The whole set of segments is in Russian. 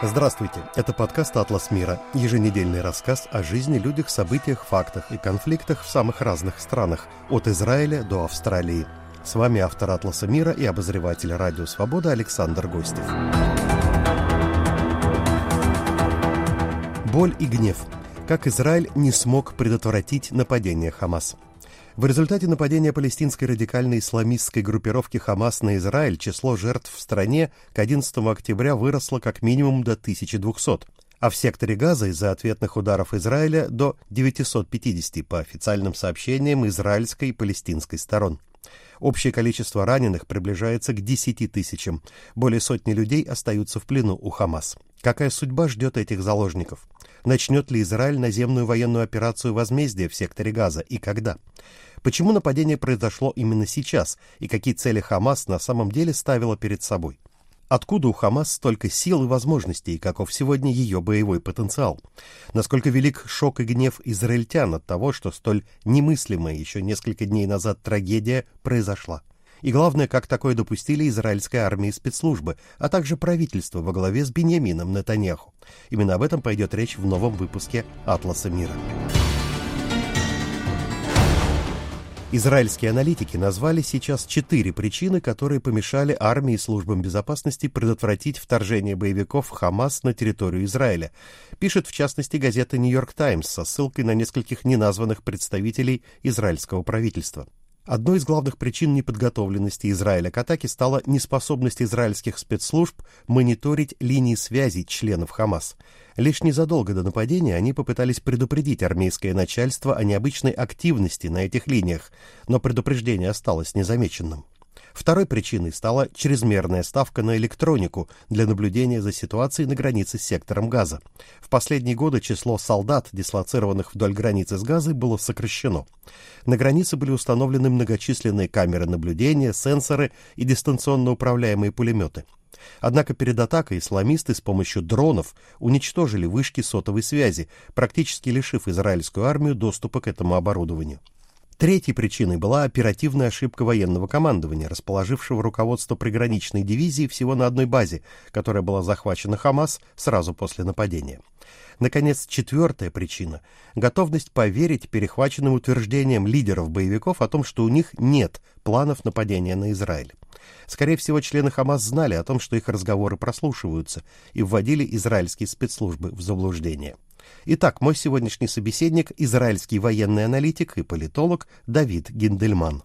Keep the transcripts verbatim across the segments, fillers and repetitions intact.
Здравствуйте, это подкаст «Атлас мира», еженедельный рассказ о жизни, людях, событиях, фактах и конфликтах в самых разных странах, от Израиля до Австралии. С вами автор «Атласа мира» и обозреватель «Радио Свобода» Александр Гостев. Боль и гнев. Как Израиль не смог предотвратить нападение Хамас. В результате нападения палестинской радикальной исламистской группировки Хамас на Израиль число жертв в стране к одиннадцатому октября выросло как минимум до тысячи двухсот, а в секторе Газа из-за ответных ударов Израиля до девятисот пятидесяти по официальным сообщениям израильской и палестинской сторон. Общее количество раненых приближается к десяти тысячам. Более сотни людей остаются в плену у Хамас. Какая судьба ждет этих заложников? Начнет ли Израиль наземную военную операцию возмездия в секторе Газа и когда? Почему нападение произошло именно сейчас и какие цели Хамас на самом деле ставила перед собой? Откуда у Хамас столько сил и возможностей, и каков сегодня ее боевой потенциал? Насколько велик шок и гнев израильтян от того, что столь немыслимая еще несколько дней назад трагедия произошла? И главное, как такое допустили израильская армия и спецслужбы, а также правительство во главе с Биньямином Нетаньяху. Именно об этом пойдет речь в новом выпуске «Атласа мира». Израильские аналитики назвали сейчас четыре причины, которые помешали армии и службам безопасности предотвратить вторжение боевиков Хамас на территорию Израиля, пишет в частности газета «Нью-Йорк Таймс» со ссылкой на нескольких неназванных представителей израильского правительства. Одной из главных причин неподготовленности Израиля к атаке стала неспособность израильских спецслужб мониторить линии связи членов Хамас. Лишь незадолго до нападения они попытались предупредить армейское начальство о необычной активности на этих линиях, но предупреждение осталось незамеченным. Второй причиной стала чрезмерная ставка на электронику для наблюдения за ситуацией на границе с сектором Газа. В последние годы число солдат, дислоцированных вдоль границы с Газой, было сокращено. На границе были установлены многочисленные камеры наблюдения, сенсоры и дистанционно управляемые пулеметы. Однако перед атакой исламисты с помощью дронов уничтожили вышки сотовой связи, практически лишив израильскую армию доступа к этому оборудованию. Третьей причиной была оперативная ошибка военного командования, расположившего руководство приграничной дивизии всего на одной базе, которая была захвачена Хамас сразу после нападения. Наконец, четвертая причина – готовность поверить перехваченным утверждениям лидеров боевиков о том, что у них нет планов нападения на Израиль. Скорее всего, члены Хамас знали о том, что их разговоры прослушиваются, и вводили израильские спецслужбы в заблуждение. Итак, мой сегодняшний собеседник – израильский военный аналитик и политолог Давид Гиндельман.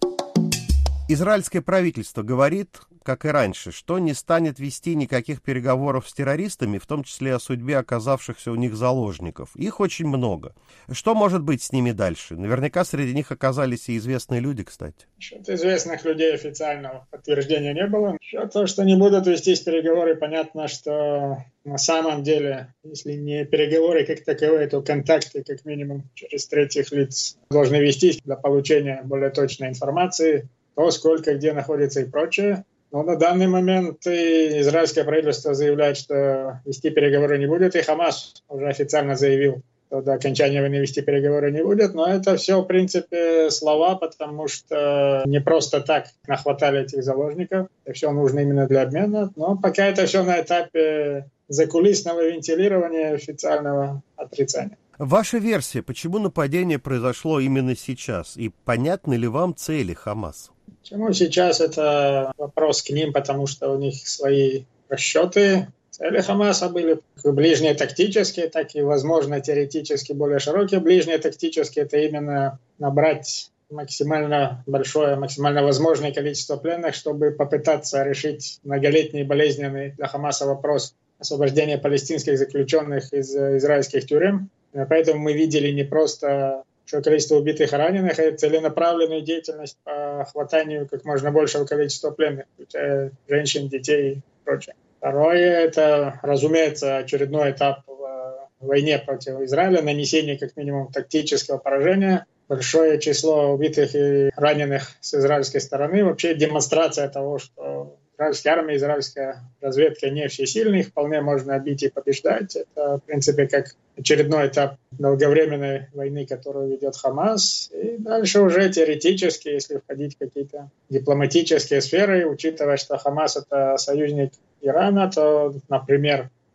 Израильское правительство говорит, как и раньше, что не станет вести никаких переговоров с террористами, в том числе о судьбе оказавшихся у них заложников. Их очень много. Что может быть с ними дальше? Наверняка среди них оказались и известные люди, кстати. Насчет известных людей официального подтверждения не было. Насчет того, что не будут вестись переговоры, понятно, что на самом деле, если не переговоры как таковые, то контакты как минимум через третьих лиц должны вестись для получения более точной информации, то, сколько, где находится и прочее. Но на данный момент и израильское правительство заявляет, что вести переговоры не будет, и Хамас уже официально заявил, что до окончания войны вести переговоры не будет. Но это все, в принципе, слова, потому что не просто так нахватали этих заложников. Это все нужно именно для обмена. Но пока это все на этапе закулисного вентилирования, официального отрицания. Ваша версия, почему нападение произошло именно сейчас? И понятны ли вам цели Хамас? Почему сейчас, это вопрос к ним, потому что у них свои расчеты. Цели Хамаса были как ближние тактические, так и, возможно, теоретически более широкие. Ближние тактические – это именно набрать максимально большое, максимально возможное количество пленных, чтобы попытаться решить многолетний болезненный для Хамаса вопрос освобождения палестинских заключенных из израильских тюрем. Поэтому мы видели не просто большое количество убитых и раненых, а целенаправленную деятельность по хватанию как можно большего количества пленных, включая женщин, детей и прочее. Второе – это, разумеется, очередной этап в войне против Израиля, нанесение как минимум тактического поражения, большое число убитых и раненых с израильской стороны, вообще демонстрация того, что израильская армия, израильская разведка не всесильны, их вполне можно бить и побеждать. Это, в принципе, как очередной этап долговременной войны, которую ведет Хамас. И дальше уже теоретически, если входить в какие-то дипломатические сферы, учитывая, что Хамас — это союзник Ирана, то, например,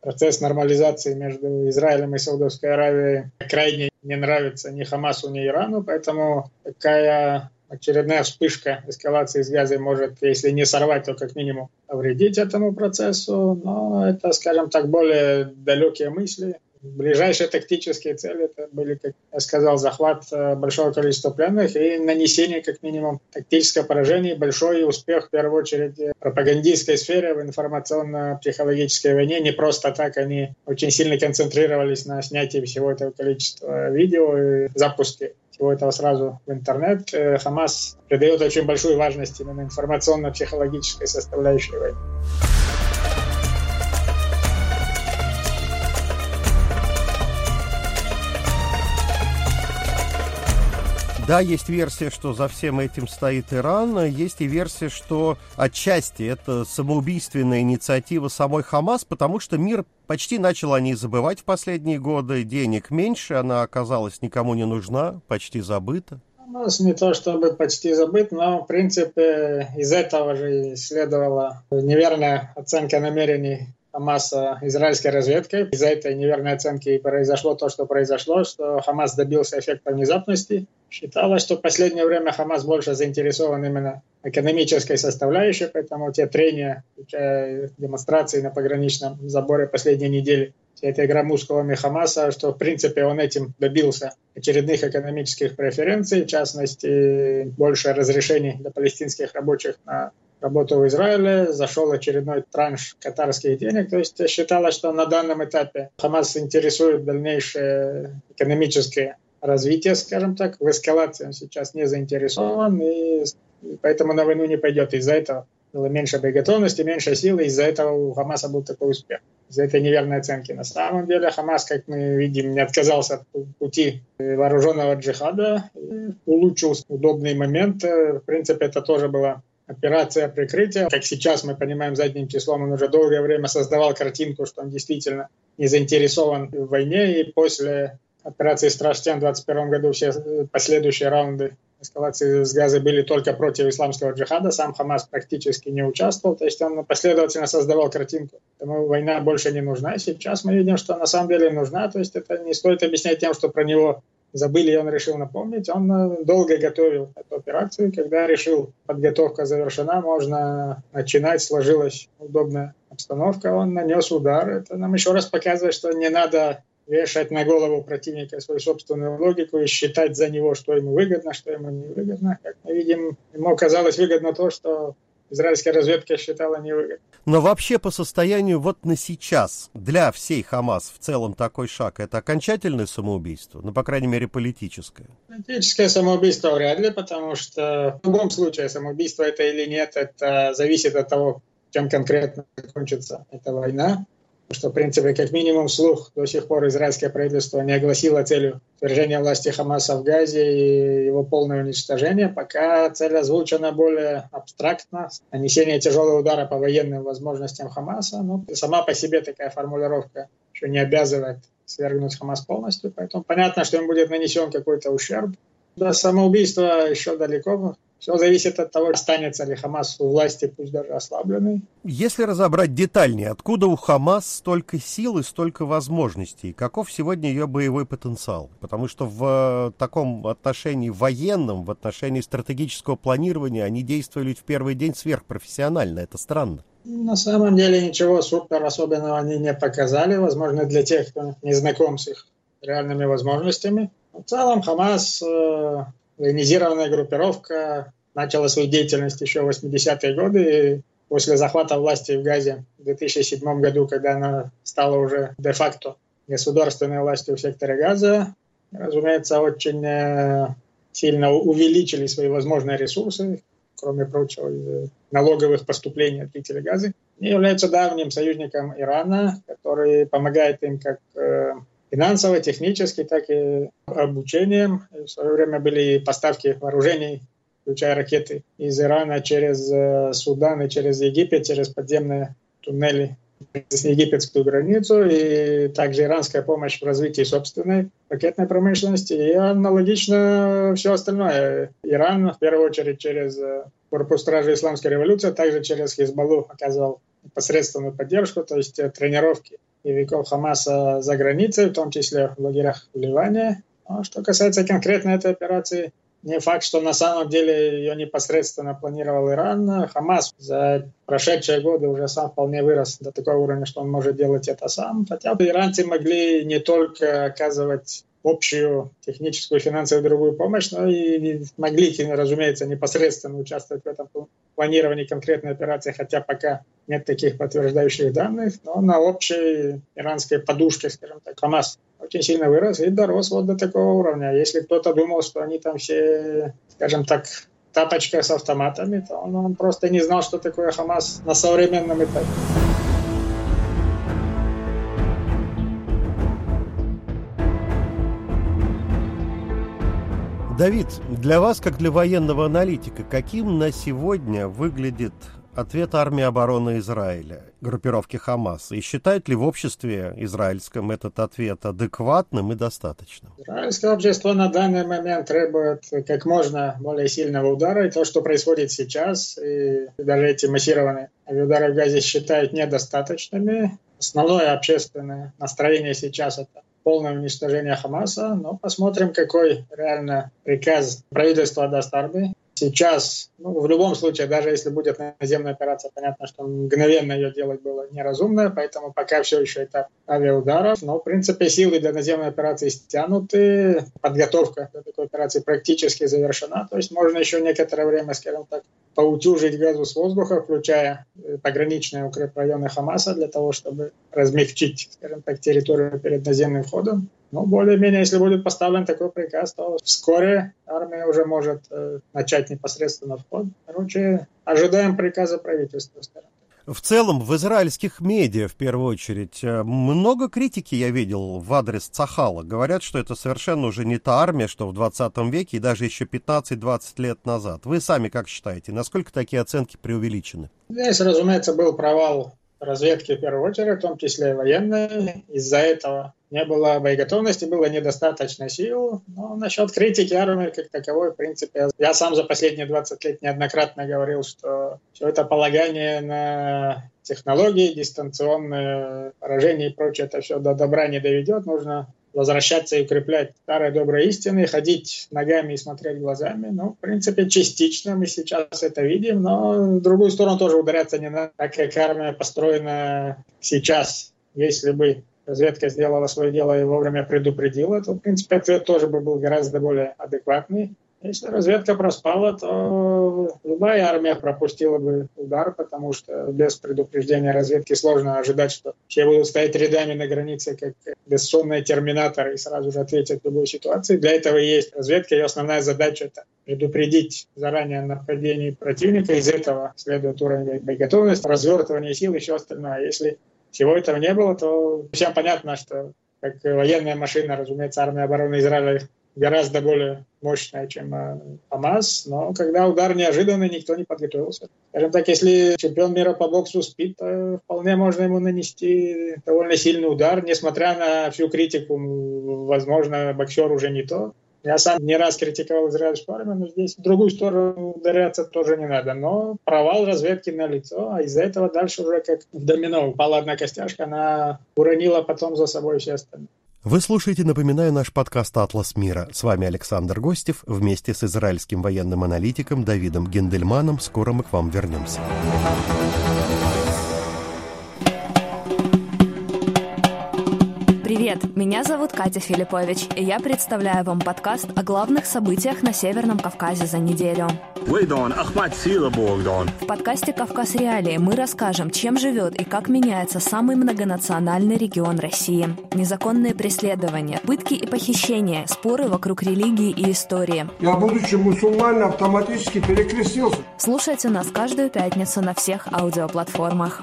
процесс нормализации между Израилем и Саудовской Аравией крайне не нравится ни Хамасу, ни Ирану, поэтому такая очередная вспышка эскалации с Газой может, если не сорвать, то как минимум повредить этому процессу. Но это, скажем так, более далекие мысли. Ближайшие тактические цели это были, как я сказал, захват большого количества пленных и нанесение, как минимум, тактического поражения, большой успех, в первую очередь, в пропагандистской сфере, в информационно-психологической войне. Не просто так, они очень сильно концентрировались на снятии всего этого количества видео и запуске всего этого сразу в интернет. Хамас придает очень большую важность именно информационно-психологической составляющей войны. Да, есть версия, что за всем этим стоит Иран, есть и версия, что отчасти это самоубийственная инициатива самой Хамас, потому что мир почти начал о ней забывать в последние годы, денег меньше, она оказалась никому не нужна, почти забыта. Хамас не то чтобы почти забыт, но в принципе из этого же следовала неверная оценка намерений Хамаса израильской разведкой. Из-за этой неверной оценки и произошло то, что произошло, что Хамас добился эффекта внезапности. Считалось, что в последнее время Хамас больше заинтересован именно экономической составляющей, поэтому те трения, включая демонстрации на пограничном заборе последней недели, вся эта игра мускулами Хамаса, что в принципе он этим добился очередных экономических преференций, в частности, больше разрешений для палестинских рабочих на работу в Израиле, зашел очередной транш катарских денег. То есть считалось, что на данном этапе Хамас интересует дальнейшее экономическое развитие, скажем так. В эскалации он сейчас не заинтересован, и поэтому на войну не пойдет. Из-за этого было меньше боеготовности, меньше силы, из-за этого у Хамаса был такой успех. Из-за этой неверной оценки. На самом деле Хамас, как мы видим, не отказался от пути вооруженного джихада, улучшил удобный момент. В принципе, это тоже была операция прикрытия. Как сейчас мы понимаем, задним числом он уже долгое время создавал картинку, что он действительно не заинтересован в войне. И после операции «Страж-Тен» в двадцать первом году все последующие раунды эскалации с Газой были только против исламского джихада. Сам Хамас практически не участвовал. То есть он последовательно создавал картинку. Поэтому война больше не нужна. Сейчас мы видим, что на самом деле нужна. То есть это не стоит объяснять тем, что про него забыли, и он решил напомнить. Он долго готовил эту операцию. Когда решил, подготовка завершена, можно начинать, сложилась удобная обстановка, он нанес удар. Это нам еще раз показывает, что не надо вешать на голову противника свою собственную логику и считать за него, что ему выгодно, что ему не выгодно. Как мы видим, ему казалось выгодно то, что израильская разведка считала невыгодным. Но вообще по состоянию вот на сейчас для всей Хамас в целом такой шаг — это окончательное самоубийство, ну, по крайней мере, политическое? Политическое самоубийство вряд ли, потому что в любом случае самоубийство это или нет, это зависит от того, чем конкретно закончится эта война. Потому что, в принципе, как минимум вслух до сих пор израильское правительство не огласило целью свержения власти Хамаса в Газе и его полное уничтожение. Пока цель озвучена более абстрактно. Нанесение тяжелого удара по военным возможностям Хамаса. Но сама по себе такая формулировка еще не обязывает свергнуть Хамас полностью. Поэтому понятно, что им будет нанесен какой-то ущерб. До самоубийства еще далеко. Все зависит от того, останется ли Хамас у власти, пусть даже ослабленный. Если разобрать детальнее, откуда у Хамас столько сил и столько возможностей? Каков сегодня ее боевой потенциал? Потому что в таком отношении военном, в отношении стратегического планирования они действовали в первый день сверхпрофессионально. Это странно. На самом деле ничего супер особенного они не показали. Возможно, для тех, кто не знаком с их реальными возможностями. В целом Хамас... военизированная группировка начала свою деятельность еще в восьмидесятые годы. И после захвата власти в Газе в две тысячи седьмом году, когда она стала уже де-факто государственной властью в секторе Газа, разумеется, очень сильно увеличили свои возможные ресурсы, кроме прочего, из налоговых поступлений от жителей Газы. Они являются давним союзником Ирана, который помогает им как финансово, технически, так и обучением. В свое время были поставки вооружений, включая ракеты, из Ирана через Судан и через Египет, через подземные туннели, через египетскую границу, и также иранская помощь в развитии собственной ракетной промышленности, и аналогично все остальное. Иран, в первую очередь, через корпус стражи исламской революции, а также через Хизбаллу оказывал непосредственную поддержку, то есть тренировки боевиков Хамаса за границей, в том числе в лагерях в Ливане. А что касается конкретно этой операции, не факт, что на самом деле ее непосредственно планировал Иран. Хамас за прошедшие годы уже сам вполне вырос до такого уровня, что он может делать это сам. Хотя бы иранцы могли не только оказывать общую техническую, финансовую и другую помощь, но и могли, разумеется, непосредственно участвовать в этом планировании конкретной операции, хотя пока нет таких подтверждающих данных, но на общей иранской подушке, скажем так, Хамас очень сильно вырос и дорос вот до такого уровня. Если кто-то думал, что они там все, скажем так, тапочка с автоматами, то он, он просто не знал, что такое Хамас на современном этапе. Давид, для вас, как для военного аналитика, каким на сегодня выглядит ответ армии обороны Израиля, группировки Хамас? И считают ли в обществе израильском этот ответ адекватным и достаточным? Израильское общество на данный момент требует как можно более сильного удара. И то, что происходит сейчас, и даже эти массированные авиаудары в Газе считают недостаточными. Основное общественное настроение сейчас — это полное уничтожение Хамаса, но посмотрим, какой реально приказ правительства даст армии. Сейчас, ну, в любом случае, даже если будет наземная операция, понятно, что мгновенно ее делать было неразумно, поэтому пока все еще этап авиаударов, но, в принципе, силы для наземной операции стянуты, подготовка для такой операции практически завершена, то есть можно еще некоторое время, скажем так, поутюжить Газу с воздуха, включая пограничные укрепрайоны Хамаса, для того, чтобы размягчить, скажем так, территорию перед наземным входом. Ну, более-менее, если будет поставлен такой приказ, то вскоре армия уже может э, начать непосредственно вход. Короче, ожидаем приказа правительства, скажем. В целом, в израильских медиа, в первую очередь, много критики я видел в адрес Цахала. Говорят, что это совершенно уже не та армия, что в двадцатом веке и даже еще пятнадцать-двадцать лет назад. Вы сами как считаете, насколько такие оценки преувеличены? Здесь, разумеется, был провал разведки в первую очередь, в том числе и военной. Из-за этого не было боеготовности, было недостаточно сил. Но насчет критики армии как таковой, в принципе, я сам за последние двадцать лет неоднократно говорил, что все это полагание на технологии, дистанционное поражение и прочее, это все до добра не доведет. Нужно возвращаться и укреплять старые добрые истины, ходить ногами и смотреть глазами. Ну, в принципе, частично мы сейчас это видим, но в другую сторону тоже ударяться не надо, так как армия построена сейчас. Если бы разведка сделала свое дело и вовремя предупредила, то, в принципе, ответ тоже бы был гораздо более адекватный. Если разведка проспала, то любая армия пропустила бы удар, потому что без предупреждения разведки сложно ожидать, что все будут стоять рядами на границе, как бессонные терминаторы, и сразу же ответят в любой ситуации. Для этого и есть разведка. Ее основная задача — это предупредить заранее о нападении противника. Из этого следует уровень боеготовности, развертывание сил и все остальное. Если всего этого не было, то всем понятно, что как военная машина, разумеется, армия обороны Израиля гораздо более мощная, чем Хамас, но когда удар неожиданный, никто не подготовился. Скажем так, если чемпион мира по боксу спит, то вполне можно ему нанести довольно сильный удар, несмотря на всю критику. Возможно, боксер уже не то. Я сам не раз критиковал израильскую армию, но здесь в другую сторону ударяться тоже не надо. Но провал разведки налицо, а из-за этого дальше уже как в домино упала одна костяшка, она уронила потом за собой все остальные. Вы слушаете, напоминаю, наш подкаст «Атлас мира». С вами Александр Гостев. Вместе с израильским военным аналитиком Давидом Гендельманом скоро мы к вам вернемся. Привет, меня зовут Катя Филиппович, и я представляю вам подкаст о главных событиях на Северном Кавказе за неделю. В подкасте «Кавказ Реалии» мы расскажем, чем живет и как меняется самый многонациональный регион России. Незаконные преследования, пытки и похищения, споры вокруг религии и истории. Я, будучи мусульманином, автоматически перекрестился. Слушайте нас каждую пятницу на всех аудиоплатформах.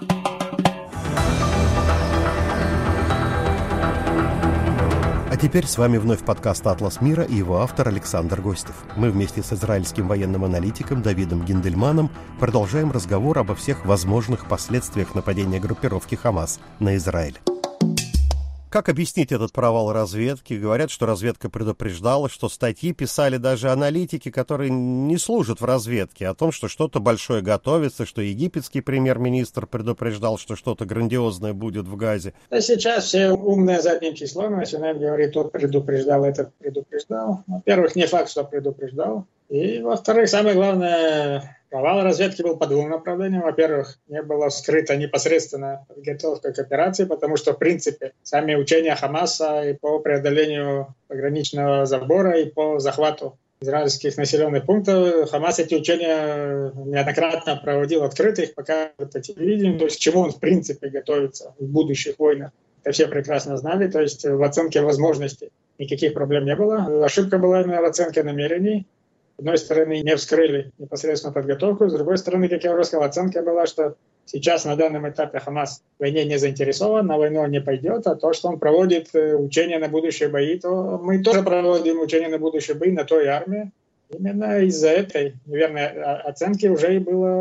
А теперь с вами вновь подкаст «Атлас мира» и его автор Александр Гостев. Мы вместе с израильским военным аналитиком Давидом Гендельманом продолжаем разговор обо всех возможных последствиях нападения группировки Хамас на Израиль. Как объяснить этот провал разведки? Говорят, что разведка предупреждала, что статьи писали даже аналитики, которые не служат в разведке, о том, что что-то большое готовится, что египетский премьер-министр предупреждал, что что-то грандиозное будет в Газе. Да сейчас все умные задним числом начинают говорить, тот предупреждал, этот предупреждал. Во-первых, не факт, что предупреждал. И, во-вторых, самое главное, провал разведки был по двум направлениям. Во-первых, не была скрыта непосредственно подготовка к операции, потому что, в принципе, сами учения Хамаса и по преодолению пограничного забора, и по захвату израильских населенных пунктов, Хамас эти учения неоднократно проводил открыто, их показывают по телевидению, то есть к чему он, в принципе, готовится в будущих войнах. Это все прекрасно знали, то есть в оценке возможностей никаких проблем не было. Ошибка была именно в оценке намерений. С одной стороны, не вскрыли непосредственно подготовку, с другой стороны, как я уже сказал, оценка была, что сейчас на данном этапе Хамас в войне не заинтересован, на войну он не пойдет, а то, что он проводит учения на будущие бои, то мы тоже проводим учения на будущие бои на той армии. Именно из-за этой неверной оценки уже и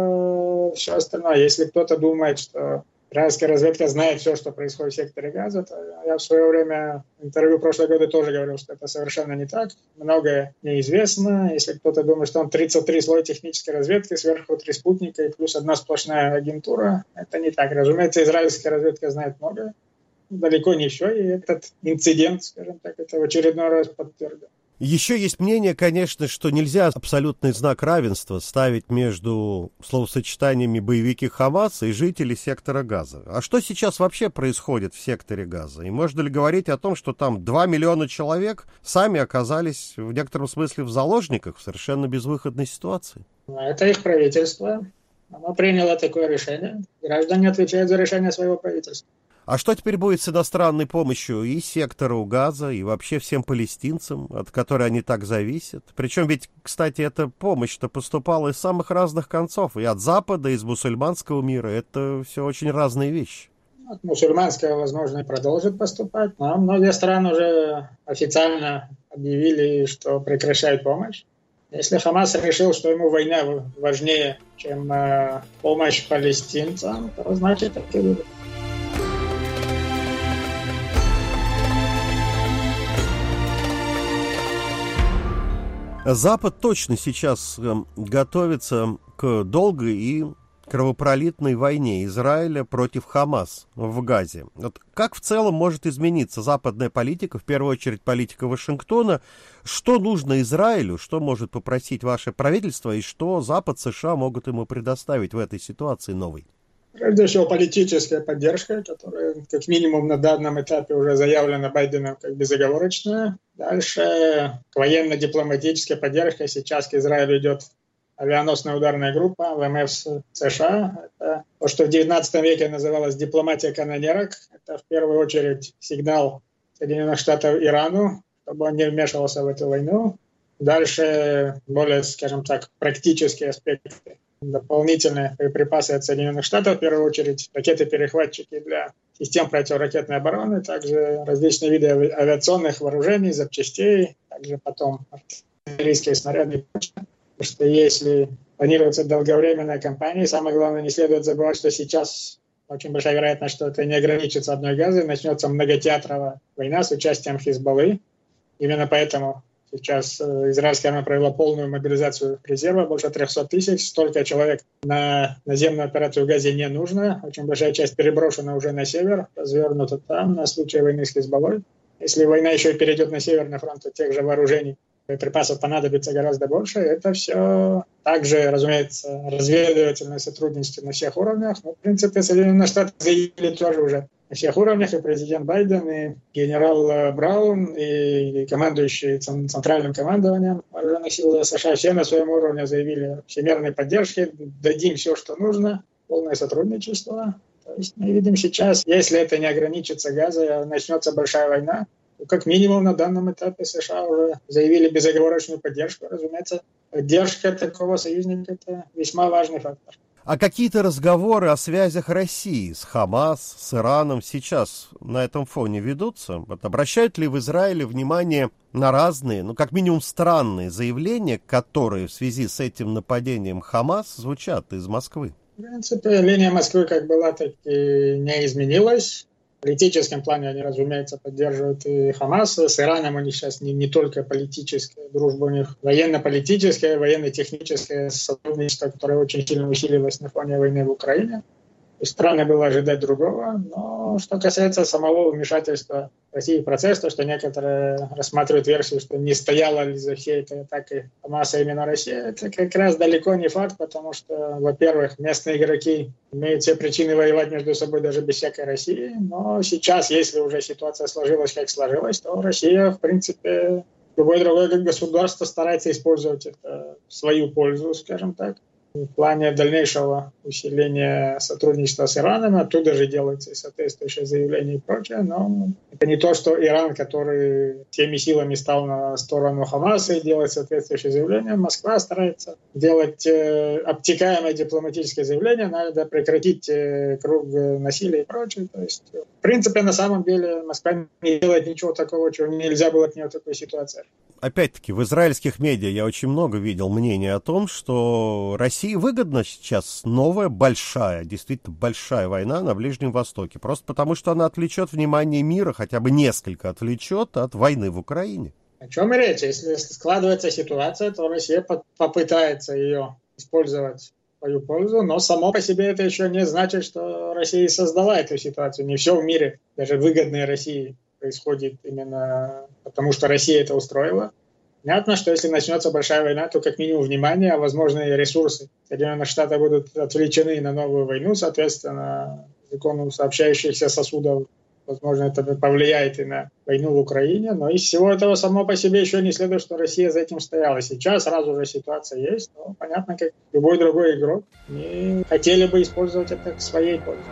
было все остальное. Если кто-то думает, что израильская разведка знает все, что происходит в секторе Газа, то я в свое время в интервью в прошлые годы тоже говорил, что это совершенно не так. Многое неизвестно. Если кто-то думает, что он тридцать три слоя технической разведки, сверху три спутника и плюс одна сплошная агентура, это не так. Разумеется, израильская разведка знает многое. Далеко не все. И этот инцидент, скажем так, это в очередной раз подтвердил. Еще есть мнение, конечно, что нельзя абсолютный знак равенства ставить между словосочетаниями боевики Хамаса и жители сектора Газа. А что сейчас вообще происходит в секторе Газа? И можно ли говорить о том, что там два миллиона человек сами оказались в некотором смысле в заложниках в совершенно безвыходной ситуации? Это их правительство. Оно приняло такое решение. Граждане отвечают за решение своего правительства. А что теперь будет с иностранной помощью и сектору Газа, и вообще всем палестинцам, от которой они так зависят? Причем ведь, кстати, эта помощь-то поступала из самых разных концов, и от Запада, и из мусульманского мира. Это все очень разные вещи. От мусульманского, возможно, и продолжит поступать, но многие страны уже официально объявили, что прекращают помощь. Если Хамас решил, что ему война важнее, чем э, помощь палестинцам, то значит так и будет. Запад точно сейчас готовится к долгой и кровопролитной войне Израиля против Хамас в Газе. Вот как в целом может измениться западная политика, в первую очередь политика Вашингтона? Что нужно Израилю, что может попросить ваше правительство, и что Запад, США могут ему предоставить в этой ситуации новой? Прежде всего, политическая поддержка, которая, как минимум, на данном этапе уже заявлена Байденом как безоговорочная. Дальше военно-дипломатическая поддержка. Сейчас к Израилю идет авианосная ударная группа ВМФ США. Это то, что в девятнадцатом веке называлось дипломатия канонерок. Это в первую очередь сигнал Соединенных Штатов Ирану, чтобы он не вмешивался в эту войну. Дальше более, скажем так, практические аспекты. Дополнительные боеприпасы от Соединенных Штатов, в первую очередь ракеты-перехватчики для систем противоракетной обороны, также различные виды авиационных вооружений, запчастей, также потом артиллерийские снаряды. Потому что если планируется долговременная кампания, самое главное, не следует забывать, что сейчас очень большая вероятность, что это не ограничится одной Газой, начнется многотеатровая война с участием Хизбаллы. Именно поэтому сейчас израильская армия провела полную мобилизацию резерва, больше трехсот тысяч. Столько человек на наземную операцию в Газе не нужно. Очень большая часть переброшена уже на север, развернута там на случай войны с Хизбаллой. Если война еще и перейдет на Северный фронт, то тех же вооружений, боеприпасов понадобится гораздо больше. Это все также, разумеется, разведывательное сотрудничество на всех уровнях. Но, в принципе, Соединенные Штаты заявили тоже уже на всех уровнях, и президент Байден, и генерал Браун, и командующий центральным командованием вооруженных сил США, все на своем уровне заявили о всемирной поддержке, дадим все, что нужно, полное сотрудничество. То есть мы видим сейчас, если это не ограничится Газой, начнется большая война, то как минимум на данном этапе США уже заявили безоговорочную поддержку. Разумеется, поддержка такого союзника – это весьма важный фактор. А какие-то разговоры о связях России с Хамас, с Ираном сейчас на этом фоне ведутся? Вот обращают ли в Израиле внимание на разные, ну как минимум странные заявления, которые в связи с этим нападением Хамас звучат из Москвы? В принципе, линия Москвы как была, так и не изменилась. В политическом плане они, разумеется, поддерживают и Хамас. С Ираном у них сейчас не, не только политическая дружба, у них военно-политическое, военно-техническое сотрудничество, которое очень сильно усилилось на фоне войны в Украине. Странно было ожидать другого, но что касается самого вмешательства России в процесс, то, что некоторые рассматривают версию, что не стояла ли за всей этой атакой Хамаса именно Россия, это как раз далеко не факт, потому что, во-первых, местные игроки имеют все причины воевать между собой даже без всякой России, но сейчас, если уже ситуация сложилась, как сложилась, то Россия, в принципе, любое другое государство старается использовать это в свою пользу, скажем так. В плане дальнейшего усиления сотрудничества с Ираном, оттуда же делаются и соответствующие заявления и прочее, но это не то, что Иран, который всеми силами стал на сторону Хамаса и делает соответствующие заявления. Москва старается делать э, обтекаемое дипломатическое заявление, надо прекратить э, круг насилия и прочее. То есть, в принципе, на самом деле Москва не делает ничего такого, чего нельзя было от нее в такой ситуации. Опять-таки, в израильских медиа я очень много видел мнения о том, что России выгодна сейчас новая, большая, действительно большая война на Ближнем Востоке, просто потому что она отвлечет внимание мира, хотя бы несколько отвлечет от войны в Украине. О чем и речь? Если складывается ситуация, то Россия попытается ее использовать в свою пользу, но само по себе это еще не значит, что Россия создала эту ситуацию. Не все в мире, даже выгодное России, происходит именно потому, что Россия это устроила. Понятно, что если начнется большая война, то как минимум внимание, а возможные ресурсы Соединенных Штатов будут отвлечены на новую войну, соответственно, закону сообщающихся сосудов, возможно, это повлияет и на войну в Украине, но из всего этого само по себе еще не следует, что Россия за этим стояла. Сейчас сразу же ситуация есть, но понятно, как любой другой игрок, не хотели бы использовать это к своей пользе.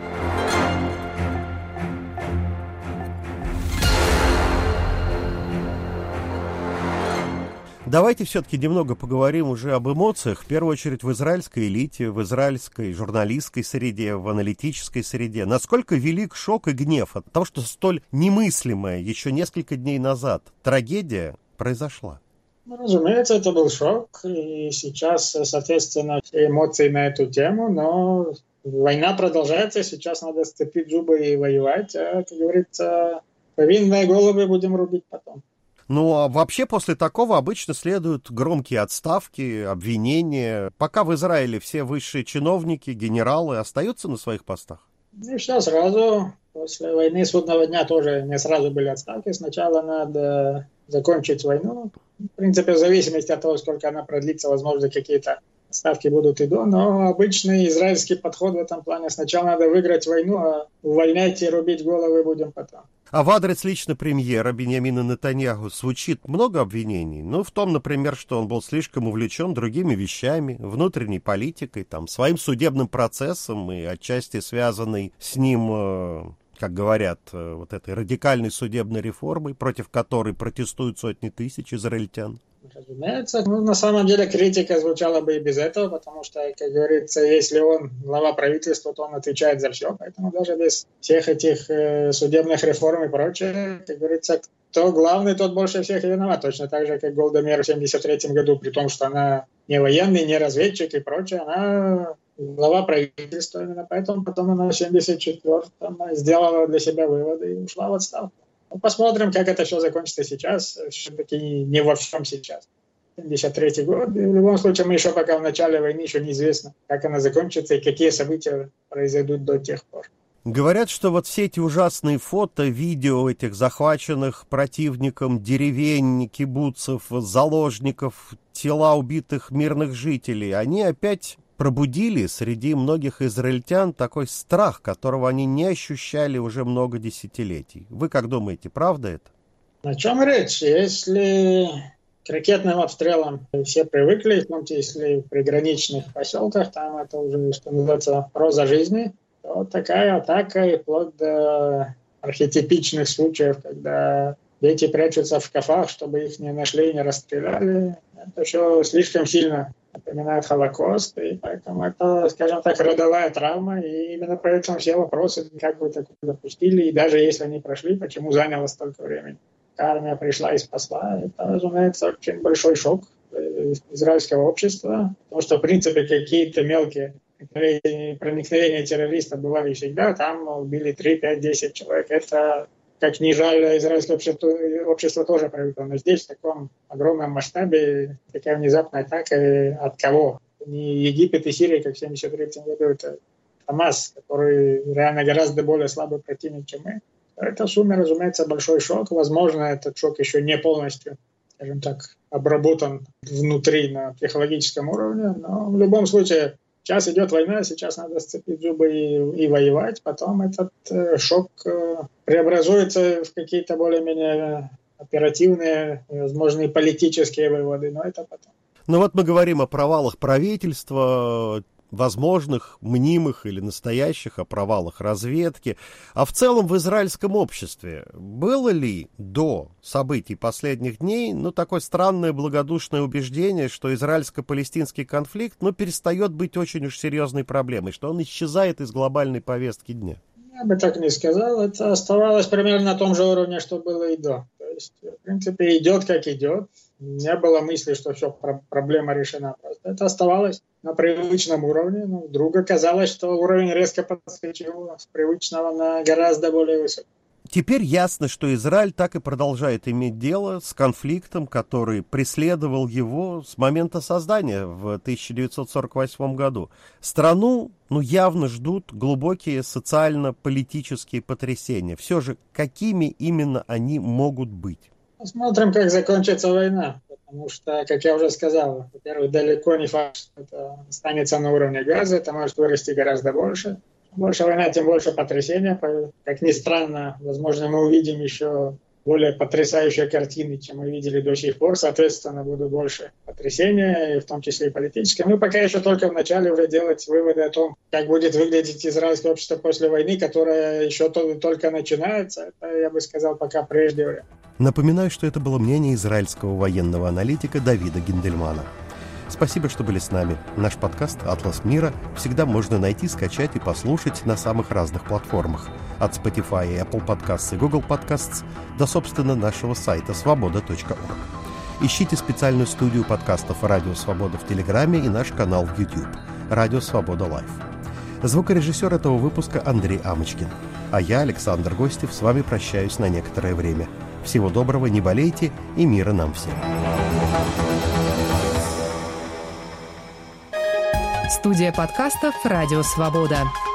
Давайте все-таки немного поговорим уже об эмоциях, в первую очередь в израильской элите, в израильской журналистской среде, в аналитической среде. Насколько велик шок и гнев от того, что столь немыслимая еще несколько дней назад трагедия произошла? Ну, разумеется, это был шок, и сейчас, соответственно, все эмоции на эту тему, но война продолжается, сейчас надо сцепить зубы и воевать, а, как говорится, повинные головы будем рубить потом. Ну, а вообще после такого обычно следуют громкие отставки, обвинения. Пока в Израиле все высшие чиновники, генералы остаются на своих постах? И все сразу. После войны судного дня тоже не сразу были отставки. Сначала надо закончить войну. В принципе, в зависимости от того, сколько она продлится, возможно, какие-то отставки будут и до. Но обычный израильский подход в этом плане. Сначала надо выиграть войну, а увольнять и рубить головы будем потом. А в адрес лично премьера Биньямина Нетаньяху звучит много обвинений. Ну, в том, например, что он был слишком увлечен другими вещами, внутренней политикой, там, своим судебным процессом и отчасти связанный с ним, как говорят, вот этой радикальной судебной реформой, против которой протестуют сотни тысяч израильтян. Разумеется. Ну, на самом деле критика звучала бы и без этого, потому что, как говорится, если он глава правительства, то он отвечает за все. Поэтому даже без всех этих э, судебных реформ и прочее, как говорится, кто главный, тот больше всех и виноват. Точно так же, как Голда Меир в семьдесят третьем году, при том, что она не военный, не разведчик и прочее, она глава правительства. Именно поэтому потом она в семьдесят четвёртом сделала для себя выводы и ушла в отставку. Ну, посмотрим, как это все закончится сейчас. Все-таки не во всем сейчас. семьдесят третий год. И в любом случае, мы еще пока в начале войны, еще неизвестно, как она закончится и какие события произойдут до тех пор. Говорят, что вот все эти ужасные фото, видео этих захваченных противником деревень, кибуцев, заложников, тела убитых мирных жителей, они опять пробудили среди многих израильтян такой страх, которого они не ощущали уже много десятилетий. Вы как думаете, правда это? О чем речь? Если к ракетным обстрелам все привыкли, в если в приграничных поселках, там это уже, что называется, проза жизни, то такая атака и вплоть до архетипичных случаев, когда дети прячутся в шкафах, чтобы их не нашли и не расстреляли, это все слишком сильно напоминает Холокост, и поэтому это, скажем так, родовая травма, и именно поэтому все вопросы, как вы такое допустили, и даже если они прошли, почему заняло столько времени. Армия пришла и спасла, это, разумеется, очень большой шок израильского общества, потому что, в принципе, какие-то мелкие проникновения террористов бывали всегда, там убили три, пять, десять человек. Это, как ни жаль, израильское общество, общество тоже привыкло. Но здесь в таком огромном масштабе такая внезапная атака от кого? Не Египет и Сирия, как в семьдесят третьем году, это Хамас, который реально гораздо более слабый противник, чем мы. Это в сумме, разумеется, большой шок. Возможно, этот шок еще не полностью, скажем так, обработан внутри на психологическом уровне. Но в любом случае, сейчас идет война, сейчас надо сцепить зубы и, и воевать. Потом этот э, шок э, преобразуется в какие-то более-менее оперативные, возможно, и политические выводы. Но это потом. Ну вот мы говорим о провалах правительства, возможных, мнимых или настоящих, о провалах разведки. А в целом в израильском обществе было ли до событий последних дней, ну, такое странное благодушное убеждение, что израильско-палестинский конфликт, ну, перестает быть очень уж серьезной проблемой, что он исчезает из глобальной повестки дня? Я бы так не сказал. Это оставалось примерно на том же уровне, что было и до. То есть, в принципе, идет как идет. Не было мысли, что все, проблема решена. Просто это оставалось на привычном уровне. Но вдруг оказалось, что уровень резко подскочил с привычного на гораздо более высокий. Теперь ясно, что Израиль так и продолжает иметь дело с конфликтом, который преследовал его с момента создания в тысяча девятьсот сорок восьмом году. Страну, ну, явно ждут глубокие социально-политические потрясения. Все же, какими именно они могут быть? Посмотрим, как закончится война. Потому что, как я уже сказал, во-первых, далеко не факт, что это останется на уровне Газа. Это может вырасти гораздо больше. Больше война, тем больше потрясения. Как ни странно, возможно, мы увидим еще более потрясающие картины, чем мы видели до сих пор. Соответственно, будут больше потрясения, в том числе и политические. Мы пока еще только в начале уже делать выводы о том, как будет выглядеть израильское общество после войны, которая еще только начинается. Это, я бы сказал, пока прежде времени. Напоминаю, что это было мнение израильского военного аналитика Давида Гиндельмана. Спасибо, что были с нами. Наш подкаст «Атлас мира» всегда можно найти, скачать и послушать на самых разных платформах. От Spotify и Apple Podcasts и Google Podcasts до, собственно, нашего сайта свобода точка орг. Ищите специальную студию подкастов «Радио Свобода» в Телеграме и наш канал в YouTube «Радио Свобода Лайв». Звукорежиссер этого выпуска Андрей Амочкин. А я, Александр Гостев, с вами прощаюсь на некоторое время. Всего доброго, не болейте и мира нам всем. Студия подкастов «Радио Свобода».